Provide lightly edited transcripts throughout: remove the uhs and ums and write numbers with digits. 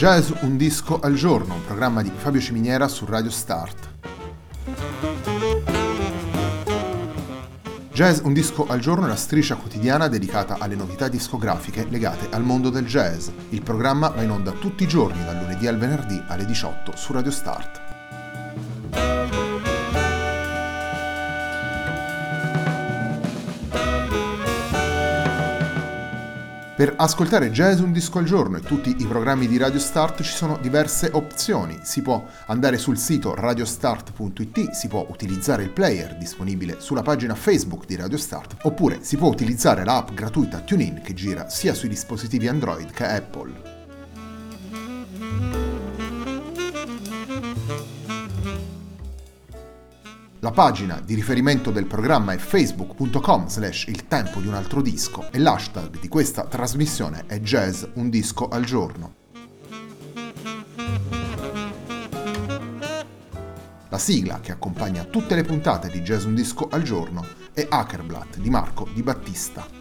Jazz un disco al giorno, un programma di Fabio Ciminiera su Radio Start. Jazz un disco al giorno è la striscia quotidiana dedicata alle novità discografiche legate al mondo del jazz. Il programma va in onda tutti i giorni, dal lunedì al venerdì alle 18 su Radio Start. Per ascoltare Jazz un disco al giorno e tutti i programmi di Radio Start ci sono diverse opzioni. Si può andare sul sito radiostart.it, si può utilizzare il player disponibile sulla pagina Facebook di Radio Start, oppure si può utilizzare l'app gratuita TuneIn che gira sia sui dispositivi Android che Apple. La pagina di riferimento del programma è facebook.com/il tempo di un altro disco e l'hashtag di questa trasmissione è Jazz un disco al giorno. La sigla che accompagna tutte le puntate di Jazz un disco al giorno è Hackerblatt di Marco Di Battista.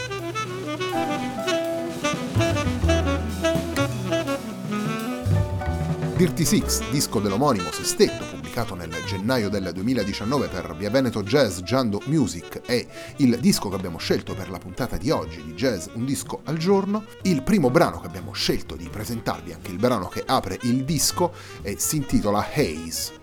Dirty Six, disco dell'omonimo sestetto, pubblicato nel gennaio del 2019 per Via Veneto Jazz Giando Music, è il disco che abbiamo scelto per la puntata di oggi di Jazz un disco al giorno. Il primo brano che abbiamo scelto di presentarvi, anche il brano che apre il disco, si intitola Haze.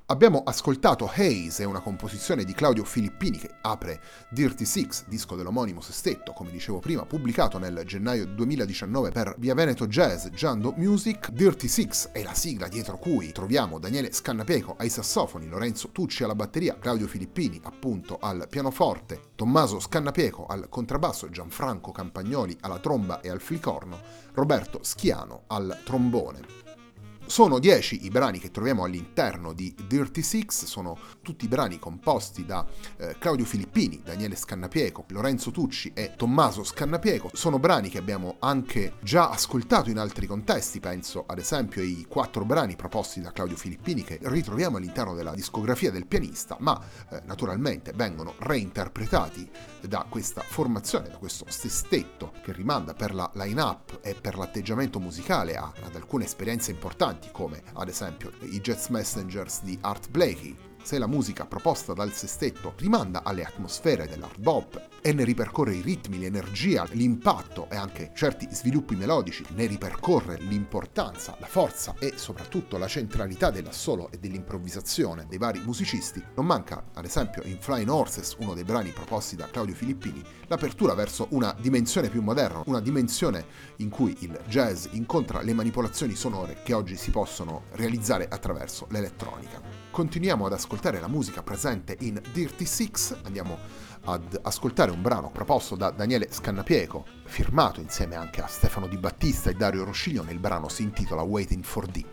Abbiamo ascoltato Haze, è una composizione di Claudio Filippini che apre Dirty Six, disco dell'omonimo sestetto, come dicevo prima, pubblicato nel gennaio 2019 per Via Veneto Jazz Giando Music. Dirty Six è la sigla dietro cui troviamo Daniele Scannapieco ai sassofoni, Lorenzo Tucci alla batteria, Claudio Filippini appunto al pianoforte, Tommaso Scannapieco al contrabbasso, Gianfranco Campagnoli alla tromba e al flicorno, Roberto Schiano al trombone. Sono 10 i brani che troviamo all'interno di Dirty Six, sono tutti brani composti da Claudio Filippini, Daniele Scannapieco, Lorenzo Tucci e Tommaso Scannapieco. Sono brani che abbiamo anche già ascoltato in altri contesti, penso ad esempio ai 4 brani proposti da Claudio Filippini che ritroviamo all'interno della discografia del pianista, ma naturalmente vengono reinterpretati da questa formazione, da questo sestetto che rimanda per la line-up e per l'atteggiamento musicale ad alcune esperienze importanti, come ad esempio i Jazz Messengers di Art Blakey. Se la musica proposta dal sestetto rimanda alle atmosfere dell'hard bop e ne ripercorre i ritmi, l'energia, l'impatto e anche certi sviluppi melodici, ne ripercorre l'importanza, la forza e soprattutto la centralità dell'assolo e dell'improvvisazione dei vari musicisti, non manca ad esempio in Flying Horses, uno dei brani proposti da Claudio Filippini, l'apertura verso una dimensione più moderna, una dimensione in cui il jazz incontra le manipolazioni sonore che oggi si possono realizzare attraverso l'elettronica. Continuiamo ad ascoltare la musica presente in Dirty Six, andiamo ad ascoltare un brano proposto da Daniele Scannapieco, firmato insieme anche a Stefano Di Battista e Dario Rosciglione. Il brano si intitola Waiting for D.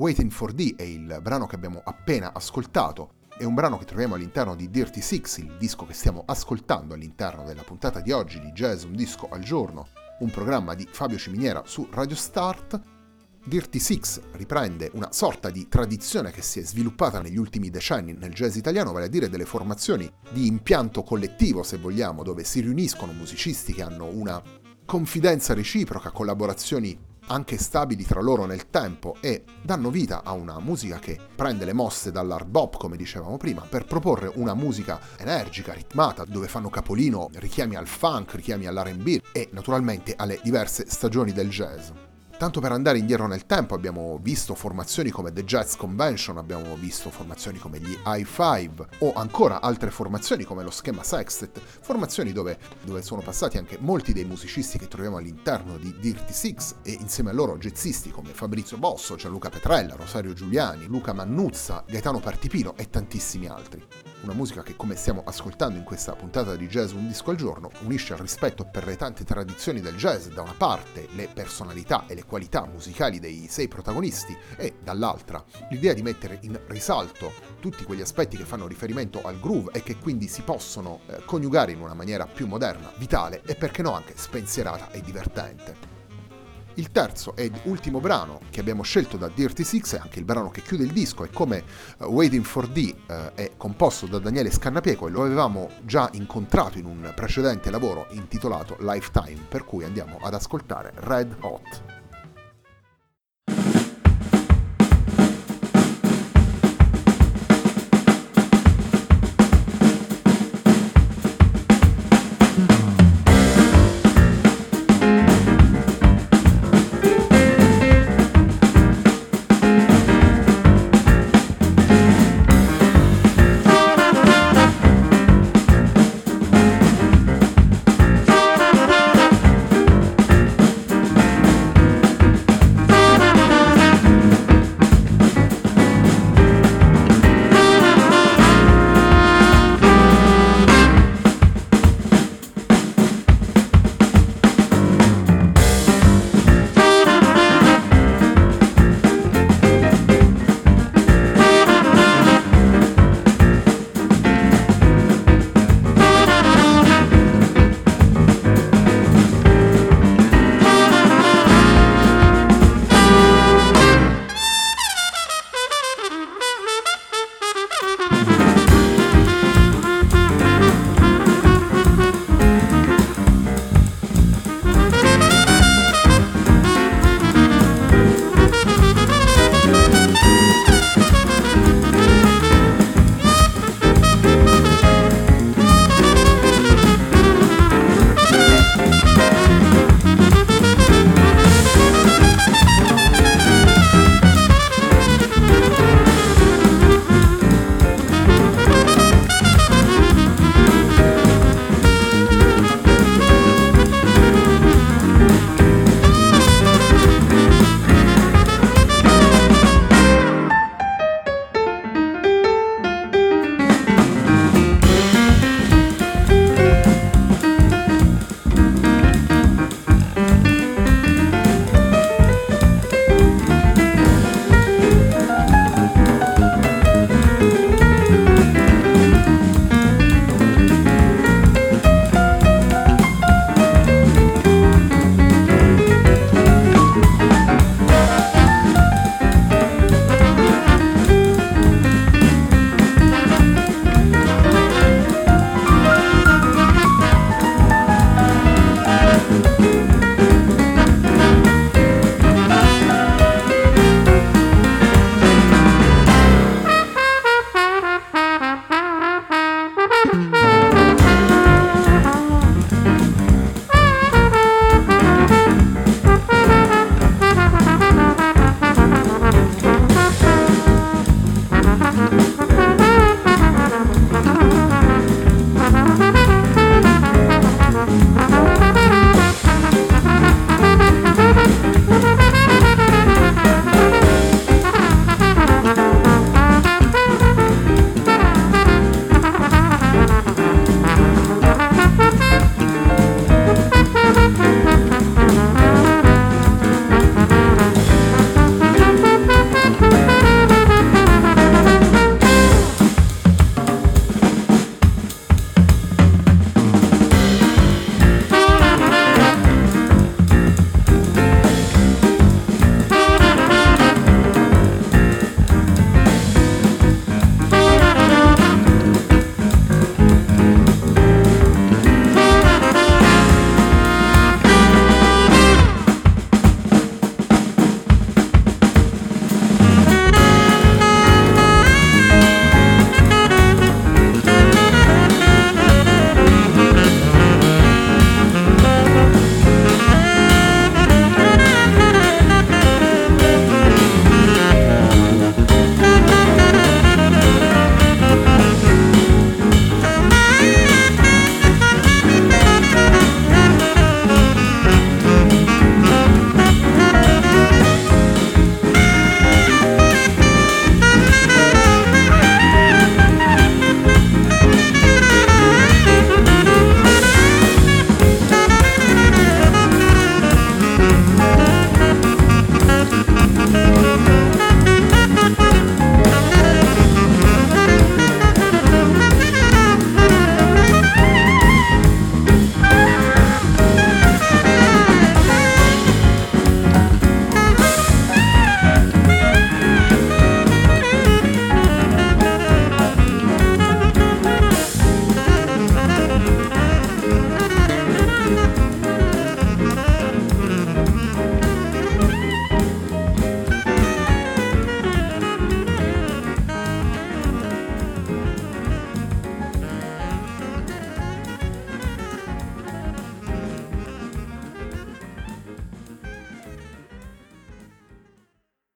Waiting for D è il brano che abbiamo appena ascoltato. È un brano che troviamo all'interno di Dirty Six, il disco che stiamo ascoltando all'interno della puntata di oggi di Jazz Un Disco al Giorno, un programma di Fabio Ciminiera su Radio Start. Dirty Six riprende una sorta di tradizione che si è sviluppata negli ultimi decenni nel jazz italiano, vale a dire delle formazioni di impianto collettivo, se vogliamo, dove si riuniscono musicisti che hanno una confidenza reciproca, collaborazioni anche stabili tra loro nel tempo e danno vita a una musica che prende le mosse dall'hard bop, come dicevamo prima, per proporre una musica energica, ritmata, dove fanno capolino richiami al funk, richiami all'R&B e naturalmente alle diverse stagioni del jazz. Tanto per andare indietro nel tempo abbiamo visto formazioni come The Jazz Convention, abbiamo visto formazioni come gli I-5 o ancora altre formazioni come lo schema Sextet, formazioni dove sono passati anche molti dei musicisti che troviamo all'interno di Dirty Six e insieme a loro jazzisti come Fabrizio Bosso, Gianluca Petrella, Rosario Giuliani, Luca Mannuzza, Gaetano Partipino e tantissimi altri. Una musica che, come stiamo ascoltando in questa puntata di Jazz Un Disco al Giorno, unisce il rispetto per le tante tradizioni del jazz, da una parte le personalità e le qualità musicali dei 6 protagonisti e dall'altra l'idea di mettere in risalto tutti quegli aspetti che fanno riferimento al groove e che quindi si possono coniugare in una maniera più moderna, vitale e perché no anche spensierata e divertente. Il terzo ed ultimo brano che abbiamo scelto da Dirty Six è anche il brano che chiude il disco e come Waiting for D è composto da Daniele Scannapieco e lo avevamo già incontrato in un precedente lavoro intitolato Lifetime, per cui andiamo ad ascoltare Red Hot.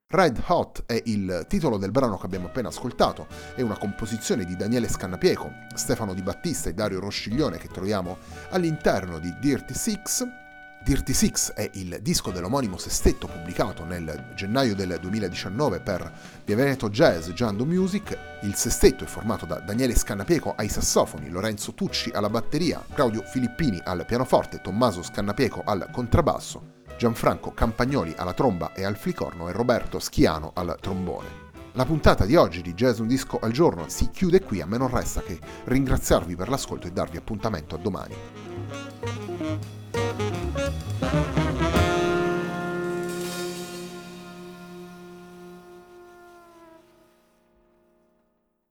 Red Hot è il titolo del brano che abbiamo appena ascoltato, è una composizione di Daniele Scannapieco, Stefano Di Battista e Dario Rosciglione che troviamo all'interno di Dirty Six. Dirty Six è il disco dell'omonimo sestetto pubblicato nel gennaio del 2019 per Via Veneto Jazz Giando Music. Il sestetto è formato da Daniele Scannapieco ai sassofoni, Lorenzo Tucci alla batteria, Claudio Filippini al pianoforte, Tommaso Scannapieco al contrabbasso, Gianfranco Campagnoli alla tromba e al flicorno e Roberto Schiano al trombone. La puntata di oggi di Jazz Un Disco al Giorno si chiude qui, a me non resta che ringraziarvi per l'ascolto e darvi appuntamento a domani.